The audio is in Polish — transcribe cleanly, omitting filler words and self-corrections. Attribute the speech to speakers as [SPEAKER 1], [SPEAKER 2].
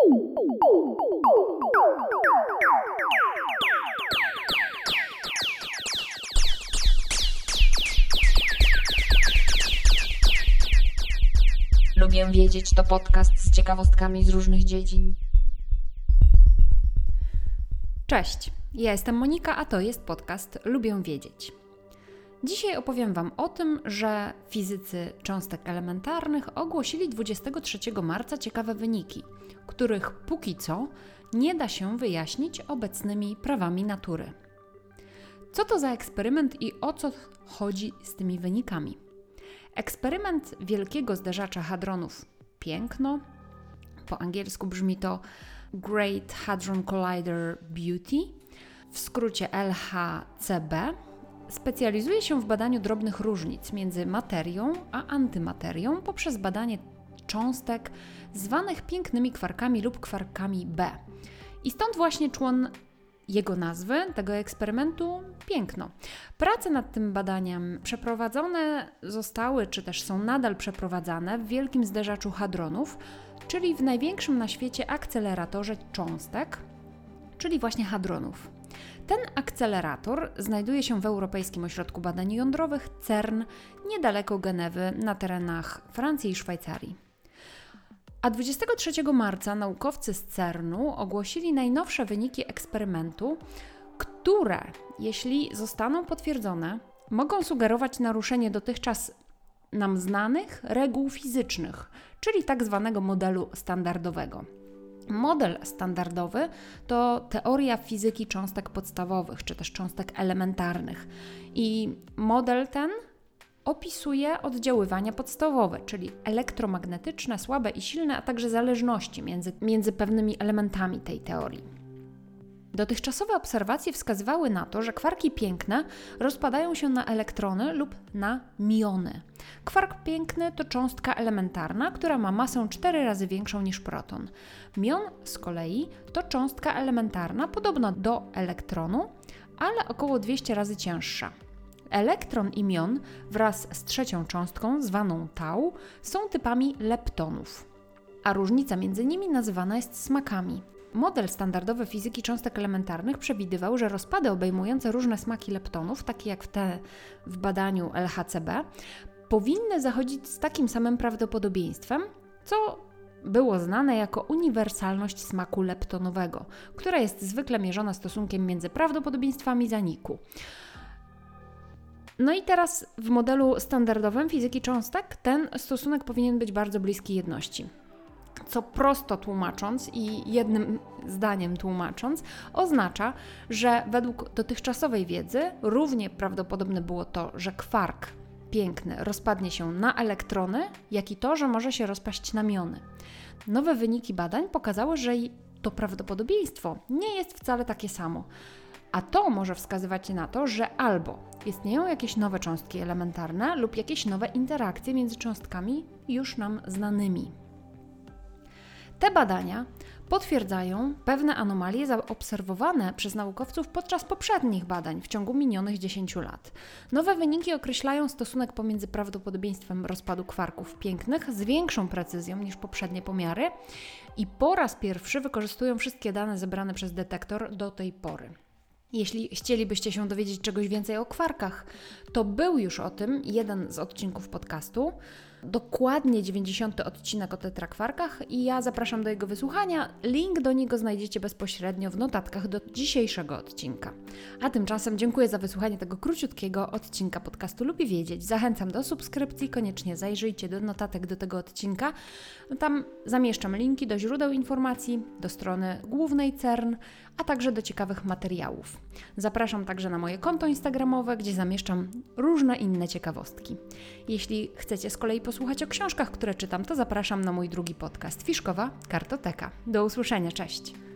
[SPEAKER 1] Lubię wiedzieć to podcast z ciekawostkami z różnych dziedzin.
[SPEAKER 2] Cześć, ja jestem Monika, a to jest podcast Lubię wiedzieć. Dzisiaj opowiem Wam o tym, że fizycy cząstek elementarnych ogłosili 23 marca ciekawe wyniki, których póki co nie da się wyjaśnić obecnymi prawami natury. Co to za eksperyment i o co chodzi z tymi wynikami? Eksperyment wielkiego zderzacza hadronów Piękno, po angielsku brzmi to Great Hadron Collider Beauty, w skrócie LHCb, specjalizuje się w badaniu drobnych różnic między materią a antymaterią poprzez badanie cząstek zwanych pięknymi kwarkami lub kwarkami B. I stąd właśnie człon jego nazwy, tego eksperymentu, Piękno. Prace nad tym badaniem przeprowadzone zostały, czy też są nadal przeprowadzane w wielkim zderzaczu hadronów, czyli w największym na świecie akceleratorze cząstek, czyli właśnie hadronów. Ten akcelerator znajduje się w Europejskim Ośrodku Badań Jądrowych CERN, niedaleko Genewy, na terenach Francji i Szwajcarii. A 23 marca naukowcy z CERN-u ogłosili najnowsze wyniki eksperymentu, które, jeśli zostaną potwierdzone, mogą sugerować naruszenie dotychczas nam znanych reguł fizycznych, czyli tak zwanego modelu standardowego. Model standardowy to teoria fizyki cząstek podstawowych, czy też cząstek elementarnych. I model ten opisuje oddziaływania podstawowe, czyli elektromagnetyczne, słabe i silne, a także zależności między pewnymi elementami tej teorii. Dotychczasowe obserwacje wskazywały na to, że kwarki piękne rozpadają się na elektrony lub na miony. Kwark piękny to cząstka elementarna, która ma masę 4 razy większą niż proton. Mion z kolei to cząstka elementarna podobna do elektronu, ale około 200 razy cięższa. Elektron i mion wraz z trzecią cząstką, zwaną tau, są typami leptonów, a różnica między nimi nazywana jest smakami. Model standardowy fizyki cząstek elementarnych przewidywał, że rozpady obejmujące różne smaki leptonów, takie jak te w badaniu LHCb, powinny zachodzić z takim samym prawdopodobieństwem, co było znane jako uniwersalność smaku leptonowego, która jest zwykle mierzona stosunkiem między prawdopodobieństwami zaniku. No i teraz w modelu standardowym fizyki cząstek ten stosunek powinien być bardzo bliski jedności. Co prosto tłumacząc i jednym zdaniem tłumacząc, oznacza, że według dotychczasowej wiedzy równie prawdopodobne było to, że kwark piękny rozpadnie się na elektrony, jak i to, że może się rozpaść na miony. Nowe wyniki badań pokazały, że to prawdopodobieństwo nie jest wcale takie samo. A to może wskazywać na to, że albo istnieją jakieś nowe cząstki elementarne lub jakieś nowe interakcje między cząstkami już nam znanymi. Te badania potwierdzają pewne anomalie zaobserwowane przez naukowców podczas poprzednich badań w ciągu minionych 10 lat. Nowe wyniki określają stosunek pomiędzy prawdopodobieństwem rozpadu kwarków pięknych z większą precyzją niż poprzednie pomiary i po raz pierwszy wykorzystują wszystkie dane zebrane przez detektor do tej pory. Jeśli chcielibyście się dowiedzieć czegoś więcej o kwarkach, to był już o tym jeden z odcinków podcastu, dokładnie 90. odcinek o tetrakwarkach i ja zapraszam do jego wysłuchania. Link do niego znajdziecie bezpośrednio w notatkach do dzisiejszego odcinka. A tymczasem dziękuję za wysłuchanie tego króciutkiego odcinka podcastu Lubię Wiedzieć. Zachęcam do subskrypcji, koniecznie zajrzyjcie do notatek do tego odcinka. Tam zamieszczam linki do źródeł informacji, do strony głównej CERN, a także do ciekawych materiałów. Zapraszam także na moje konto instagramowe, gdzie zamieszczam różne inne ciekawostki. Jeśli chcecie z kolei posłuchać o książkach, które czytam, to zapraszam na mój drugi podcast Fiszkowa Kartoteka. Do usłyszenia, cześć!